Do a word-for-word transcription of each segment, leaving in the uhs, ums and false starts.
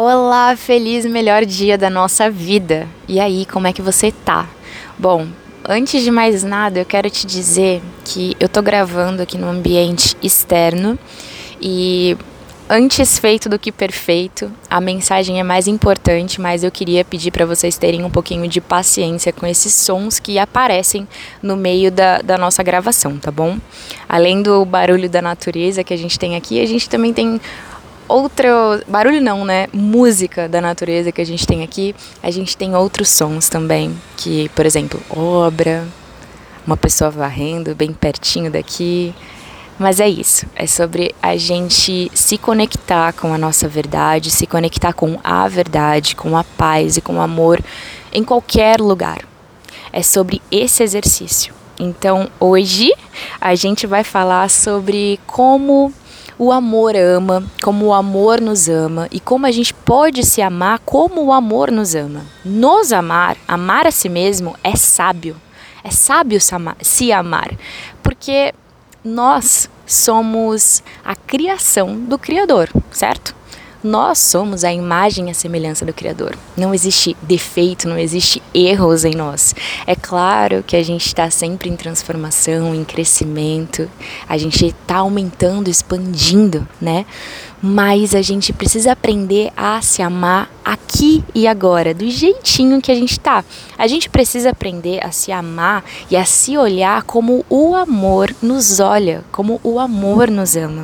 Olá, feliz melhor dia da nossa vida. E aí, como é que você tá? Bom, antes de mais nada, eu quero te dizer que eu tô gravando aqui no ambiente externo e antes feito do que perfeito, a mensagem é mais importante, mas eu queria pedir para vocês terem um pouquinho de paciência com esses sons que aparecem no meio da, da nossa gravação, tá bom? Além do barulho da natureza que a gente tem aqui, a gente também tem outro barulho não, né? Música da natureza que a gente tem aqui. A gente tem outros sons também, que, por exemplo, obra, uma pessoa varrendo bem pertinho daqui. Mas é isso, é sobre a gente se conectar com a nossa verdade, se conectar com a verdade, com a paz e com o amor em qualquer lugar. É sobre esse exercício. Então, hoje a gente vai falar sobre como o amor ama, como o amor nos ama e como a gente pode se amar como o amor nos ama. Nos amar, amar a si mesmo é sábio. É sábio se amar, porque nós somos a criação do Criador, certo? Nós somos a imagem e a semelhança do Criador. Não existe defeito, não existe erros em nós. É claro que a gente está sempre em transformação, em crescimento. A gente está aumentando, expandindo, né? Mas a gente precisa aprender a se amar aqui e agora, do jeitinho que a gente tá. A gente precisa aprender a se amar e a se olhar como o amor nos olha, como o amor nos ama.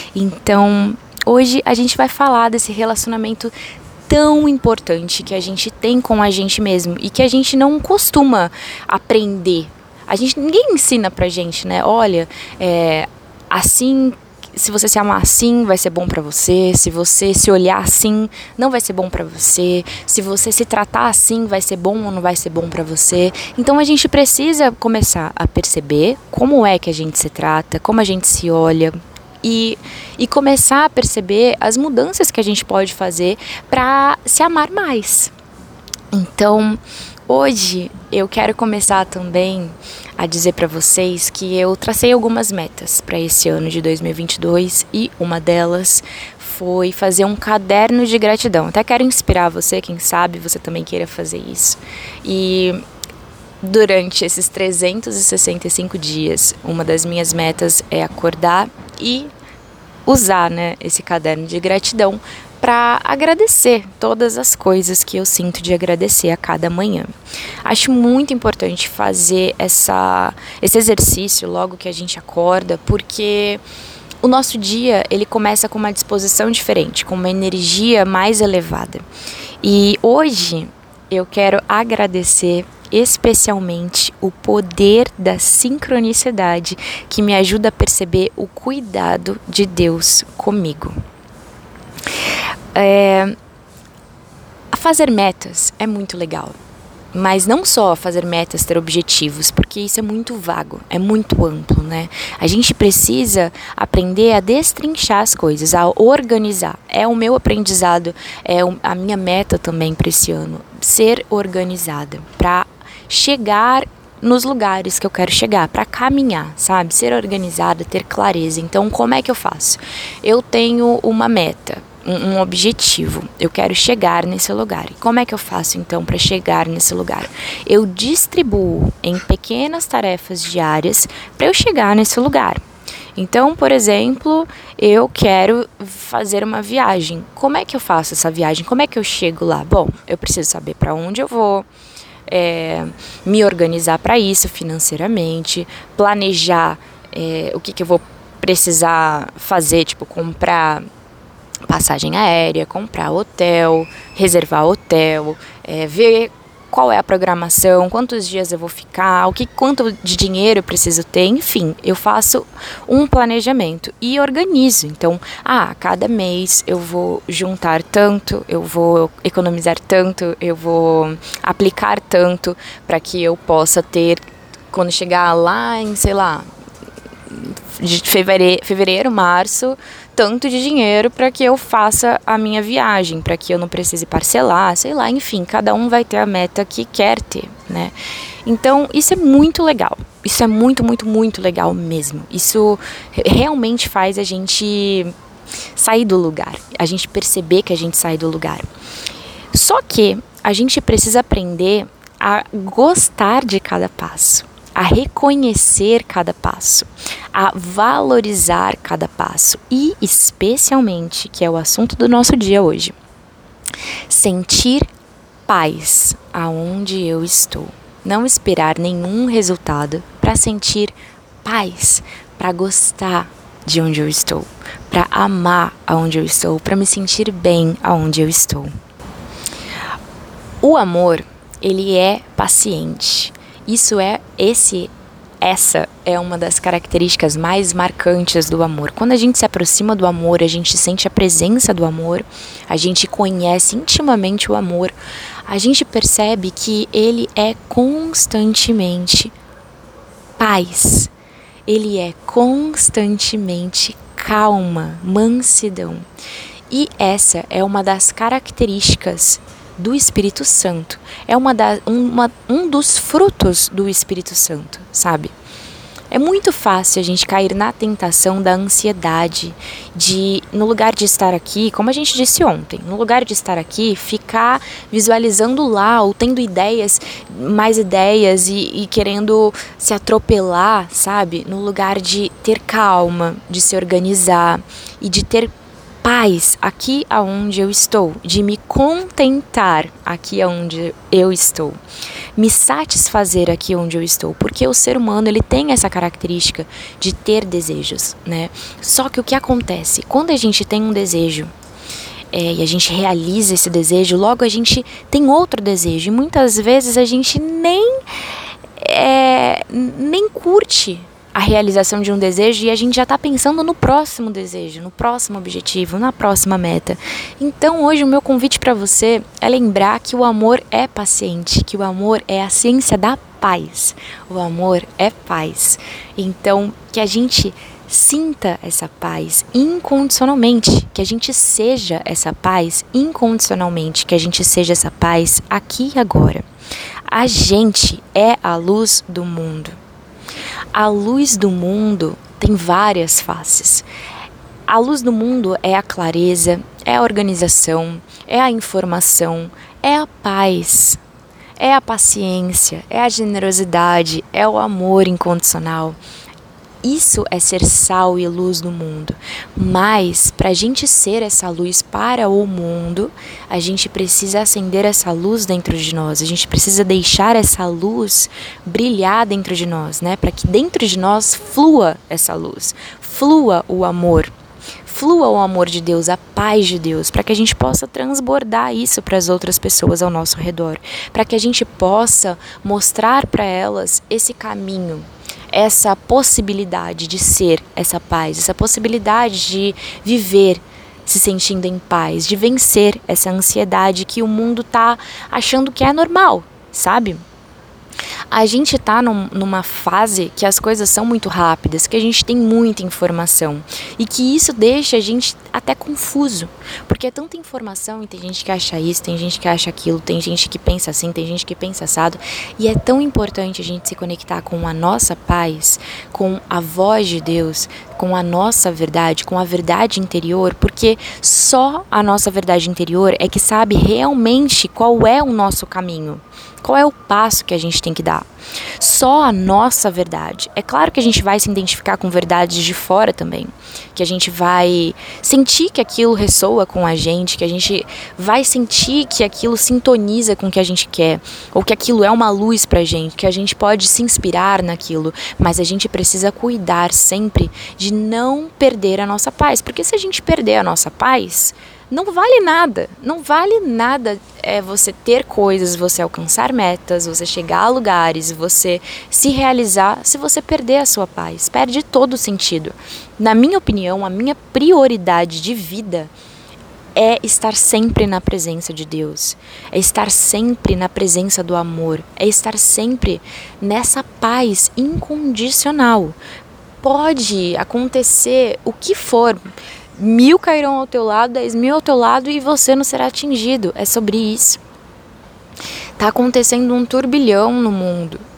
Então, hoje a gente vai falar desse relacionamento tão importante que a gente tem com a gente mesmo e que a gente não costuma aprender. A gente, ninguém ensina pra gente, né? Olha, é, assim, se você se amar assim, vai ser bom pra você. Se você se olhar assim, não vai ser bom pra você. Se você se tratar assim, vai ser bom ou não vai ser bom pra você. Então a gente precisa começar a perceber como é que a gente se trata, como a gente se olha. E, e começar a perceber as mudanças que a gente pode fazer para se amar mais. Então, hoje eu quero começar também a dizer para vocês que eu tracei algumas metas para esse ano de dois mil e vinte e dois e uma delas foi fazer um caderno de gratidão. Até quero inspirar você, quem sabe você também queira fazer isso. E durante esses trezentos e sessenta e cinco dias, uma das minhas metas é acordar e usar, né, esse caderno de gratidão para agradecer todas as coisas que eu sinto de agradecer a cada manhã. Acho muito importante fazer essa, esse exercício logo que a gente acorda, porque o nosso dia ele começa com uma disposição diferente, com uma energia mais elevada. E hoje eu quero agradecer especialmente o poder da sincronicidade que me ajuda a perceber o cuidado de Deus comigo. É, fazer metas é muito legal, mas não só fazer metas, ter objetivos, porque isso é muito vago, é muito amplo, né? A gente precisa aprender a destrinchar as coisas, a organizar. É o meu aprendizado, é a minha meta também para esse ano, ser organizada, para chegar nos lugares que eu quero chegar, para caminhar, sabe? Ser organizada, ter clareza. Então, como é que eu faço? Eu tenho uma meta, um, um objetivo. Eu quero chegar nesse lugar. E como é que eu faço, então, para chegar nesse lugar? Eu distribuo em pequenas tarefas diárias para eu chegar nesse lugar. Então, por exemplo, eu quero fazer uma viagem. Como é que eu faço essa viagem? Como é que eu chego lá? Bom, eu preciso saber para onde eu vou. É, me organizar para isso financeiramente, planejar é, o que, que eu vou precisar fazer, tipo comprar passagem aérea, comprar hotel, reservar hotel, é, ver qual é a programação, quantos dias eu vou ficar, o que, quanto de dinheiro eu preciso ter, enfim, eu faço um planejamento e organizo. Então, ah, cada mês eu vou juntar tanto, eu vou economizar tanto, eu vou aplicar tanto para que eu possa ter, quando chegar lá em, sei lá, de fevereiro, fevereiro, março, tanto de dinheiro para que eu faça a minha viagem, para que eu não precise parcelar, sei lá, enfim, cada um vai ter a meta que quer ter, né? Então, isso é muito legal. Isso é muito, muito, muito legal mesmo. Isso realmente faz a gente sair do lugar, a gente perceber que a gente sai do lugar. Só que a gente precisa aprender a gostar de cada passo, a reconhecer cada passo, a valorizar cada passo e, especialmente, que é o assunto do nosso dia hoje, sentir paz aonde eu estou. Não esperar nenhum resultado para sentir paz, para gostar de onde eu estou, para amar aonde eu estou, para me sentir bem aonde eu estou. O amor, ele é paciente. Isso é esse essa é uma das características mais marcantes do amor. Quando a gente se aproxima do amor, a gente sente a presença do amor, a gente conhece intimamente o amor, a gente percebe que ele é constantemente paz. Ele é constantemente calma, mansidão. E essa é uma das características do Espírito Santo. É uma da, uma, um dos frutos do Espírito Santo, sabe? É muito fácil a gente cair na tentação da ansiedade, de, no lugar de estar aqui, como a gente disse ontem, no lugar de estar aqui, ficar visualizando lá, ou tendo ideias, mais ideias e, e querendo se atropelar, sabe? No lugar de ter calma, de se organizar e de ter paz aqui aonde eu estou, de me contentar aqui aonde eu estou, me satisfazer aqui onde eu estou, porque o ser humano ele tem essa característica de ter desejos, né? Só que o que acontece, quando a gente tem um desejo é, e a gente realiza esse desejo, logo a gente tem outro desejo e muitas vezes a gente nem, é, nem curte a realização de um desejo e a gente já está pensando no próximo desejo, no próximo objetivo, na próxima meta. Então hoje o meu convite para você é lembrar que o amor é paciente, que o amor é a ciência da paz. O amor é paz. Então que a gente sinta essa paz incondicionalmente, que a gente seja essa paz incondicionalmente, que a gente seja essa paz aqui e agora. A gente é a luz do mundo. A luz do mundo tem várias faces. A luz do mundo é a clareza, é a organização, é a informação, é a paz, é a paciência, é a generosidade, é o amor incondicional. Isso é ser sal e luz do mundo. Mas, para a gente ser essa luz para o mundo, a gente precisa acender essa luz dentro de nós. A gente precisa deixar essa luz brilhar dentro de nós, né? Para que dentro de nós flua essa luz, flua o amor. Flua o amor de Deus, a paz de Deus, para que a gente possa transbordar isso para as outras pessoas ao nosso redor. Para que a gente possa mostrar para elas esse caminho, essa possibilidade de ser essa paz, essa possibilidade de viver se sentindo em paz, de vencer essa ansiedade que o mundo tá achando que é normal, sabe? A gente tá num, numa fase que as coisas são muito rápidas, que a gente tem muita informação e que isso deixa a gente até confuso, porque é tanta informação e tem gente que acha isso, tem gente que acha aquilo, tem gente que pensa assim, tem gente que pensa assado, e é tão importante a gente se conectar com a nossa paz, com a voz de Deus, com a nossa verdade, com a verdade interior, porque só a nossa verdade interior é que sabe realmente qual é o nosso caminho. Qual é o passo que a gente tem que dar? Só a nossa verdade. É claro que a gente vai se identificar com verdades de fora também, que a gente vai sentir que aquilo ressoa com a gente, que a gente vai sentir que aquilo sintoniza com o que a gente quer, ou que aquilo é uma luz pra gente, que a gente pode se inspirar naquilo, mas a gente precisa cuidar sempre de não perder a nossa paz, porque se a gente perder a nossa paz, não vale nada, não vale nada é você ter coisas, você alcançar metas, você chegar a lugares, você se realizar, se você perder a sua paz, perde todo o sentido. Na minha opinião, a minha prioridade de vida é estar sempre na presença de Deus, é estar sempre na presença do amor, é estar sempre nessa paz incondicional. Pode acontecer o que for, mil cairão ao teu lado, dez mil ao teu lado e você não será atingido. É sobre isso. Tá acontecendo um turbilhão no mundo.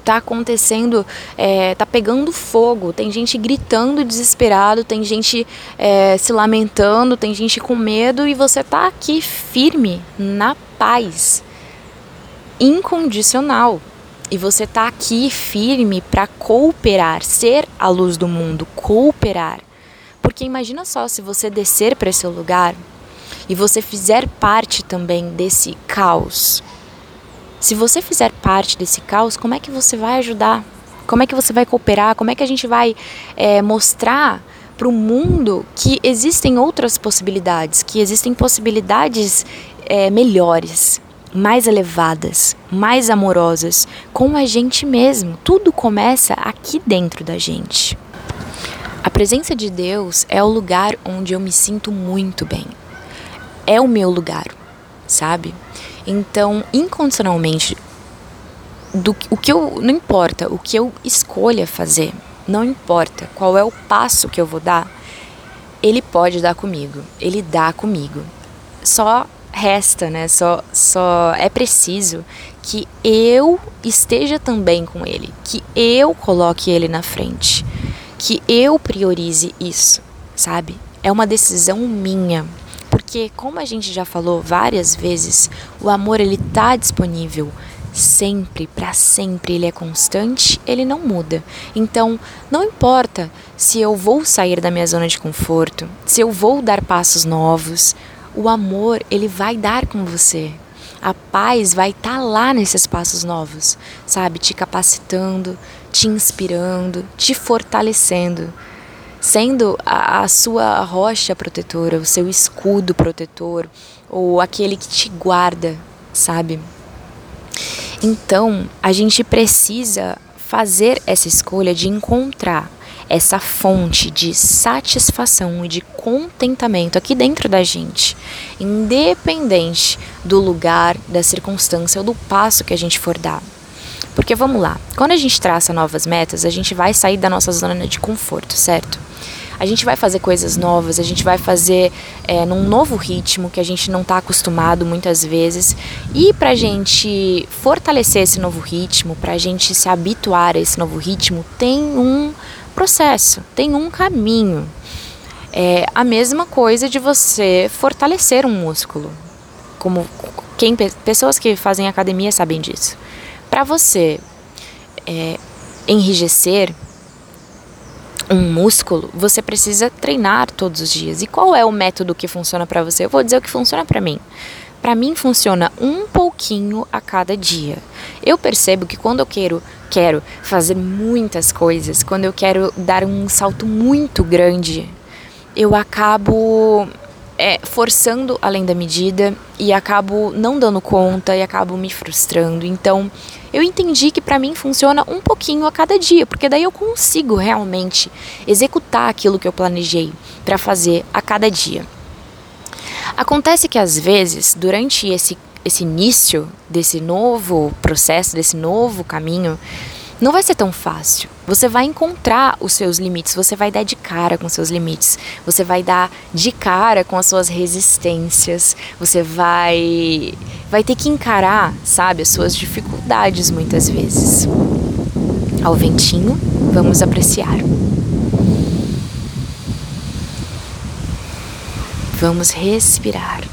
tá acontecendo, é, tá pegando fogo, tem gente gritando desesperado, tem gente é, se lamentando, tem gente com medo e você tá aqui firme, na paz, incondicional. E você tá aqui firme para cooperar, ser a luz do mundo, cooperar. Porque imagina só se você descer para esse lugar e você fizer parte também desse caos. Se você fizer parte desse caos, como é que você vai ajudar? Como é que você vai cooperar? Como é que a gente vai é, mostrar para o mundo que existem outras possibilidades, que existem possibilidades é, melhores, mais elevadas, mais amorosas, com a gente mesmo? Tudo começa aqui dentro da gente. A presença de Deus é o lugar onde eu me sinto muito bem. É o meu lugar, sabe? Então, incondicionalmente, do, o que eu, não importa o que eu escolha fazer, não importa qual é o passo que eu vou dar, Ele pode dar comigo, Ele dá comigo. Só resta, né? Só, só é preciso que eu esteja também com Ele, que eu coloque Ele na frente, que eu priorize isso, sabe? É uma decisão minha. Porque, como a gente já falou várias vezes, o amor ele tá disponível sempre, para sempre, ele é constante, ele não muda. Então, não importa se eu vou sair da minha zona de conforto, se eu vou dar passos novos, o amor ele vai dar com você. A paz vai estar tá lá nesses passos novos, sabe? Te capacitando, te inspirando, te fortalecendo. Sendo a, a sua rocha protetora, o seu escudo protetor, ou aquele que te guarda, sabe? Então, a gente precisa fazer essa escolha de encontrar essa fonte de satisfação e de contentamento aqui dentro da gente, independente do lugar, da circunstância ou do passo que a gente for dar. Porque vamos lá, quando a gente traça novas metas, a gente vai sair da nossa zona de conforto, certo? A gente vai fazer coisas novas, a gente vai fazer é, num novo ritmo que a gente não está acostumado muitas vezes. E para a gente fortalecer esse novo ritmo, para a gente se habituar a esse novo ritmo, tem um processo, tem um caminho. É a mesma coisa de você fortalecer um músculo. Como quem, pessoas que fazem academia sabem disso. Para você é, enrijecer um músculo, você precisa treinar todos os dias. E qual é o método que funciona para você? Eu vou dizer o que funciona para mim. Para mim funciona um pouquinho a cada dia. Eu percebo que quando eu quero, quero fazer muitas coisas, quando eu quero dar um salto muito grande, eu acabo é, forçando além da medida e acabo não dando conta e acabo me frustrando. Então, eu entendi que para mim funciona um pouquinho a cada dia, porque daí eu consigo realmente executar aquilo que eu planejei para fazer a cada dia. Acontece que às vezes, durante esse, esse início desse novo processo, desse novo caminho, não vai ser tão fácil. Você vai encontrar os seus limites, você vai dar de cara com os seus limites, você vai dar de cara com as suas resistências, você vai, vai ter que encarar, sabe, as suas dificuldades muitas vezes. Ao ventinho, vamos apreciar. Vamos respirar.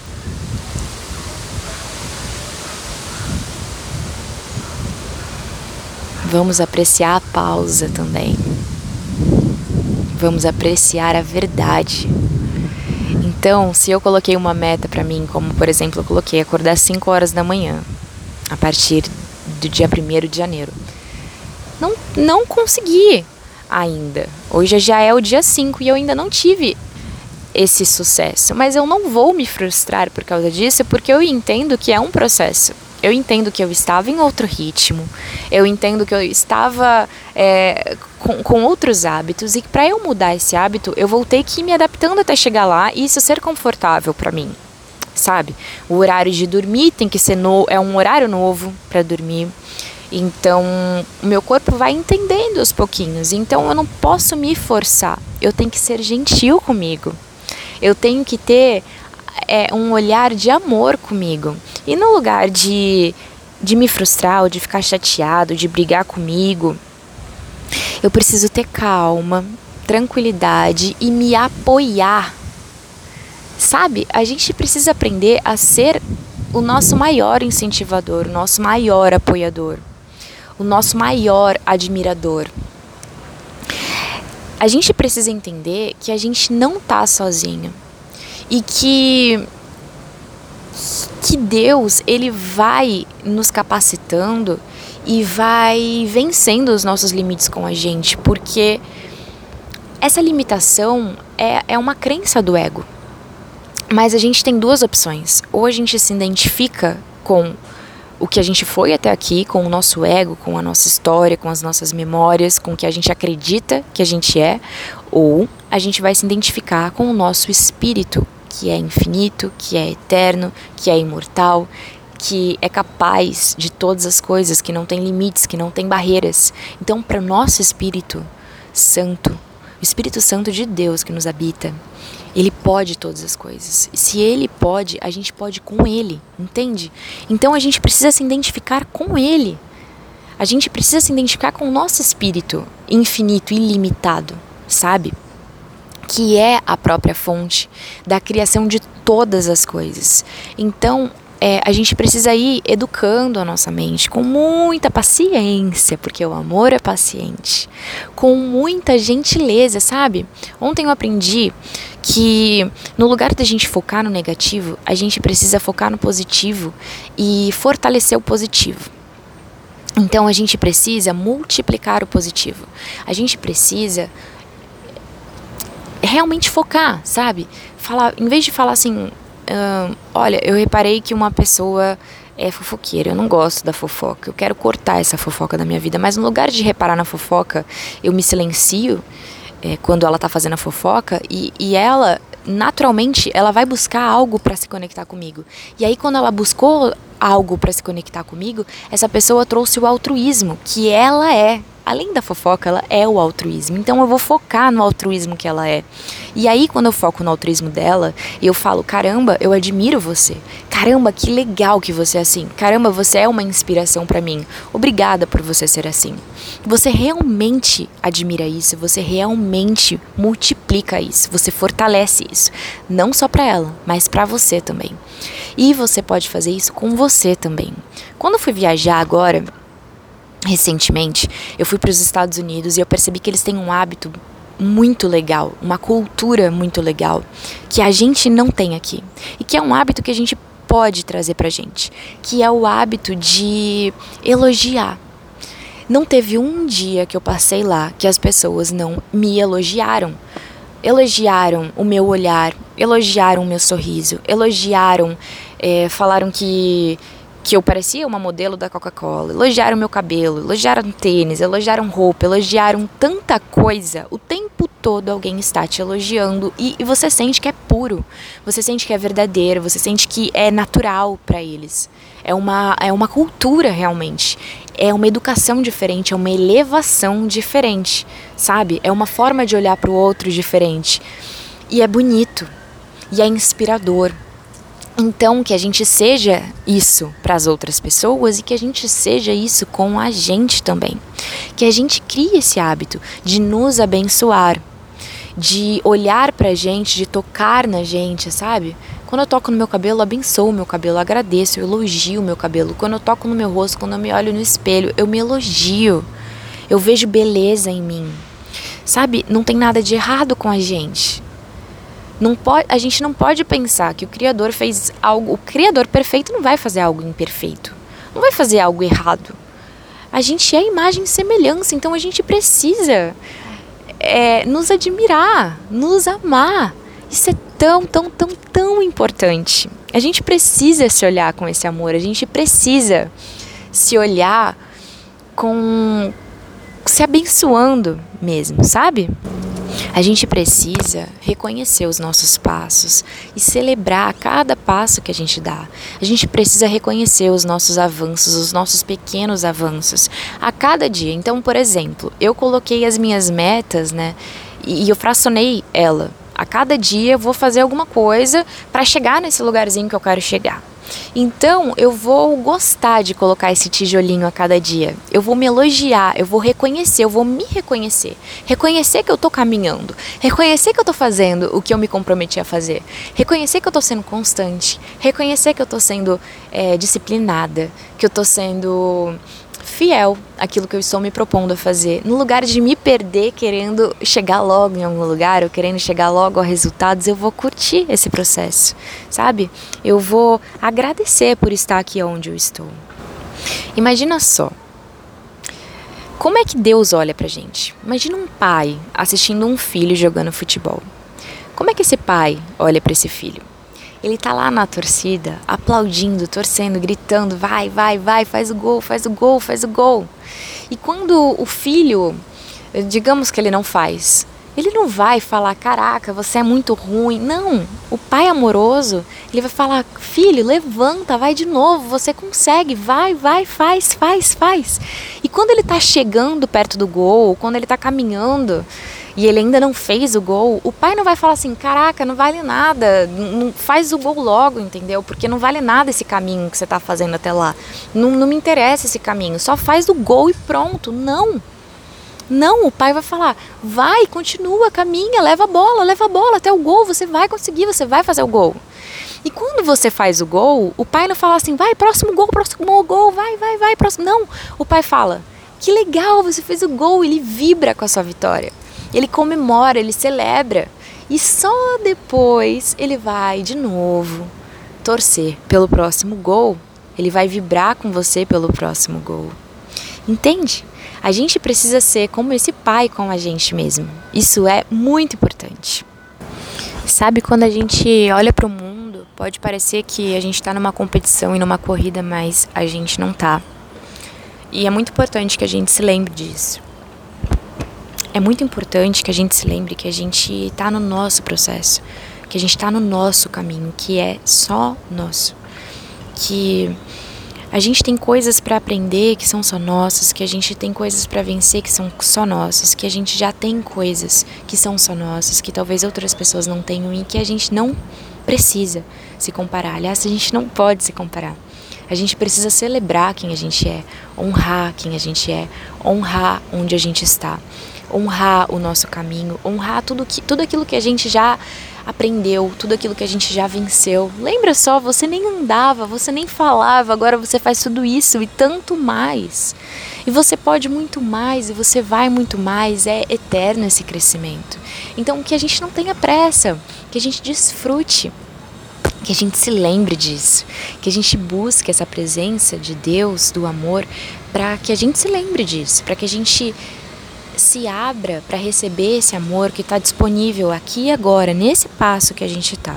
Vamos apreciar a pausa também. Vamos apreciar a verdade. Então, se eu coloquei uma meta para mim, como por exemplo, eu coloquei acordar às cinco horas da manhã, a partir do dia primeiro de janeiro. Não, não consegui ainda. Hoje já é o dia cinco e eu ainda não tive esse sucesso. Mas eu não vou me frustrar por causa disso, porque eu entendo que é um processo. Eu entendo que eu estava em outro ritmo, eu entendo que eu estava é, com, com outros hábitos e que para eu mudar esse hábito, eu vou ter que ir me adaptando até chegar lá e isso ser confortável para mim, sabe? O horário de dormir tem que ser no, é um horário novo para dormir, então o meu corpo vai entendendo aos pouquinhos, então eu não posso me forçar, eu tenho que ser gentil comigo, eu tenho que ter... é um olhar de amor comigo. E no lugar de de me frustrar, ou de ficar chateado, de brigar comigo, eu preciso ter calma, tranquilidade e me apoiar. Sabe? A gente precisa aprender a ser o nosso maior incentivador, o nosso maior apoiador, o nosso maior admirador. A gente precisa entender que a gente não tá sozinho e que que Deus, ele vai nos capacitando e vai vencendo os nossos limites com a gente, porque essa limitação é, é uma crença do ego. Mas a gente tem duas opções. Ou a gente se identifica com o que a gente foi até aqui, com o nosso ego, com a nossa história, com as nossas memórias, com o que a gente acredita que a gente é, ou a gente vai se identificar com o nosso espírito, que é infinito, que é eterno, que é imortal, que é capaz de todas as coisas, que não tem limites, que não tem barreiras. Então, para o nosso Espírito Santo, o Espírito Santo de Deus que nos habita, ele pode todas as coisas. Se ele pode, a gente pode com ele, entende? Então a gente precisa se identificar com ele. A gente precisa se identificar com o nosso espírito infinito, ilimitado, sabe? Que é a própria fonte da criação de todas as coisas. Então, É, a gente precisa ir educando a nossa mente com muita paciência, porque o amor é paciente, com muita gentileza, sabe? Ontem eu aprendi que no lugar da gente focar no negativo, a gente precisa focar no positivo e fortalecer o positivo. Então a gente precisa multiplicar o positivo. A gente precisa realmente focar, sabe? Falar, em vez de falar assim, Uh, olha, eu reparei que uma pessoa é fofoqueira, eu não gosto da fofoca, eu quero cortar essa fofoca da minha vida, mas no lugar de reparar na fofoca, eu me silencio é, quando ela tá fazendo a fofoca e, e ela, naturalmente, ela vai buscar algo para se conectar comigo. E aí quando ela buscou algo para se conectar comigo, essa pessoa trouxe o altruísmo, que ela é. Além da fofoca, ela é o altruísmo. Então eu vou focar no altruísmo que ela é. E aí, quando eu foco no altruísmo dela, eu falo, caramba, eu admiro você. Caramba, que legal que você é assim. Caramba, você é uma inspiração pra mim. Obrigada por você ser assim. Você realmente admira isso, você realmente multiplica isso, você fortalece isso. Não só pra ela, mas pra você também. E você pode fazer isso com você também. Quando eu fui viajar agora, recentemente, eu fui para os Estados Unidos e eu percebi que eles têm um hábito muito legal, uma cultura muito legal, que a gente não tem aqui. E que é um hábito que a gente pode trazer pra gente, que é o hábito de elogiar. Não teve um dia que eu passei lá que as pessoas não me elogiaram. Elogiaram o meu olhar, elogiaram o meu sorriso, elogiaram, é, falaram que... que eu parecia uma modelo da Coca-Cola, elogiaram meu cabelo, elogiaram tênis, elogiaram roupa, elogiaram tanta coisa. O tempo todo alguém está te elogiando e, e você sente que é puro, você sente que é verdadeiro, você sente que é natural para eles. É uma, é uma cultura realmente, é uma educação diferente, é uma elevação diferente, sabe? É uma forma de olhar para o outro diferente. E é bonito, e é inspirador. Então, que a gente seja isso para as outras pessoas e que a gente seja isso com a gente também. Que a gente crie esse hábito de nos abençoar, de olhar pra gente, de tocar na gente, sabe? Quando eu toco no meu cabelo, eu abençoo o meu cabelo, eu agradeço, eu elogio o meu cabelo. Quando eu toco no meu rosto, quando eu me olho no espelho, eu me elogio. Eu vejo beleza em mim. Sabe? Não tem nada de errado com a gente. Não pode, a gente não pode pensar que o Criador fez algo... O Criador perfeito não vai fazer algo imperfeito. Não vai fazer algo errado. A gente é imagem e semelhança, então a gente precisa é, nos admirar, nos amar. Isso é tão, tão, tão, tão importante. A gente precisa se olhar com esse amor. A gente precisa se olhar com... se abençoando mesmo, sabe? A gente precisa reconhecer os nossos passos e celebrar cada passo que a gente dá. A gente precisa reconhecer os nossos avanços, os nossos pequenos avanços a cada dia. Então, por exemplo, eu coloquei as minhas metas, né? E eu fracionei ela. A cada dia eu vou fazer alguma coisa para chegar nesse lugarzinho que eu quero chegar. Então eu vou gostar de colocar esse tijolinho a cada dia. Eu vou me elogiar, eu vou reconhecer, eu vou me reconhecer. Reconhecer que eu tô caminhando. Reconhecer que eu tô fazendo o que eu me comprometi a fazer. Reconhecer que eu tô sendo constante. Reconhecer que eu tô sendo é, disciplinada. Que eu tô sendo fiel àquilo que eu estou me propondo a fazer. No lugar de me perder querendo chegar logo em algum lugar ou querendo chegar logo a resultados, eu vou curtir esse processo, sabe? Eu vou agradecer por estar aqui onde eu estou. Imagina só, como é que Deus olha pra gente? Imagina um pai assistindo um filho jogando futebol. Como é que esse pai olha pra esse filho? Ele tá lá na torcida, aplaudindo, torcendo, gritando, vai, vai, vai, faz o gol, faz o gol, faz o gol. E quando o filho, digamos que ele não faz, ele não vai falar, caraca, você é muito ruim. Não, o pai amoroso, ele vai falar, filho, levanta, vai de novo, você consegue, vai, vai, faz, faz, faz. E quando ele tá chegando perto do gol, quando ele tá caminhando, e ele ainda não fez o gol, o pai não vai falar assim, caraca, não vale nada, não, faz o gol logo, entendeu? Porque não vale nada esse caminho que você está fazendo até lá. Não, não me interessa esse caminho, só faz o gol e pronto. Não, não, o pai vai falar, vai, continua, caminha, leva a bola, leva a bola até o gol, você vai conseguir, você vai fazer o gol. E quando você faz o gol, o pai não fala assim, vai, próximo gol, próximo gol, vai, vai, vai, próximo. Não, o pai fala, que legal, você fez o gol, ele vibra com a sua vitória. Ele comemora, ele celebra. E só depois ele vai de novo torcer pelo próximo gol. Ele vai vibrar com você pelo próximo gol. Entende? A gente precisa ser como esse pai com a gente mesmo. Isso é muito importante. Sabe, quando a gente olha para o mundo, pode parecer que a gente está numa competição e numa corrida, mas a gente não tá. E é muito importante que a gente se lembre disso. É muito importante que a gente se lembre que a gente está no nosso processo, que a gente está no nosso caminho, que é só nosso. Que a gente tem coisas para aprender que são só nossas, que a gente tem coisas para vencer que são só nossas, que a gente já tem coisas que são só nossas, que talvez outras pessoas não tenham e que a gente não precisa se comparar. Aliás, a gente não pode se comparar. A gente precisa celebrar quem a gente é, honrar quem a gente é, honrar onde a gente está. Honrar o nosso caminho, honrar tudo, que, tudo aquilo que a gente já aprendeu, tudo aquilo que a gente já venceu. Lembra só, você nem andava, você nem falava, agora você faz tudo isso e tanto mais. E você pode muito mais e você vai muito mais, é eterno esse crescimento. Então que a gente não tenha pressa, que a gente desfrute, que a gente se lembre disso, que a gente busque essa presença de Deus, do amor, para que a gente se lembre disso, para que a gente se abra para receber esse amor que está disponível aqui e agora, nesse passo que a gente está.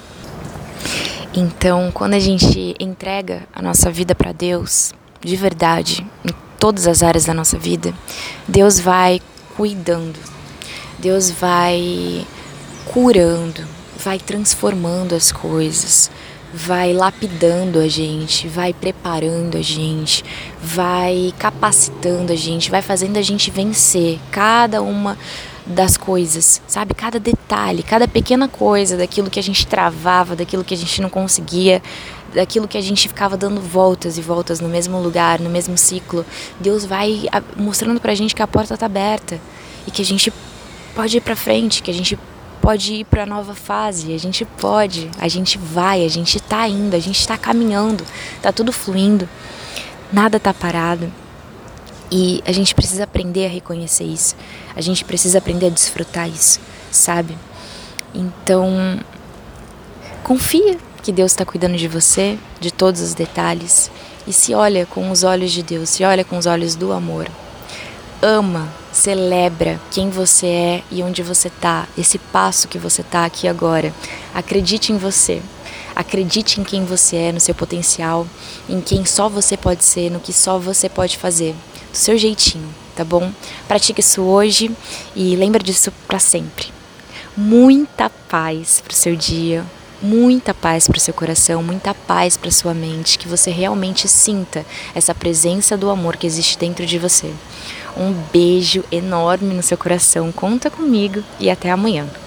Então, quando a gente entrega a nossa vida para Deus, de verdade, em todas as áreas da nossa vida, Deus vai cuidando, Deus vai curando, vai transformando as coisas, vai lapidando a gente, vai preparando a gente, vai capacitando a gente, vai fazendo a gente vencer cada uma das coisas, sabe? Cada detalhe, cada pequena coisa daquilo que a gente travava, daquilo que a gente não conseguia, daquilo que a gente ficava dando voltas e voltas no mesmo lugar, no mesmo ciclo. Deus vai mostrando pra gente que a porta tá aberta e que a gente pode ir pra frente, que a gente pode ir para a nova fase, a gente pode, a gente vai, a gente está indo, a gente está caminhando, está tudo fluindo, nada está parado e a gente precisa aprender a reconhecer isso, a gente precisa aprender a desfrutar isso, sabe? Então, confia que Deus está cuidando de você, de todos os detalhes e se olha com os olhos de Deus, se olha com os olhos do amor. Ama, celebra quem você é e onde você está, esse passo que você está aqui agora. Acredite em você, acredite em quem você é, no seu potencial, em quem só você pode ser, no que só você pode fazer, do seu jeitinho, tá bom? Pratique isso hoje e lembra disso para sempre. Muita paz pro seu dia, muita paz para o seu coração, muita paz para sua mente, que você realmente sinta essa presença do amor que existe dentro de você. Um beijo enorme no seu coração, conta comigo e até amanhã.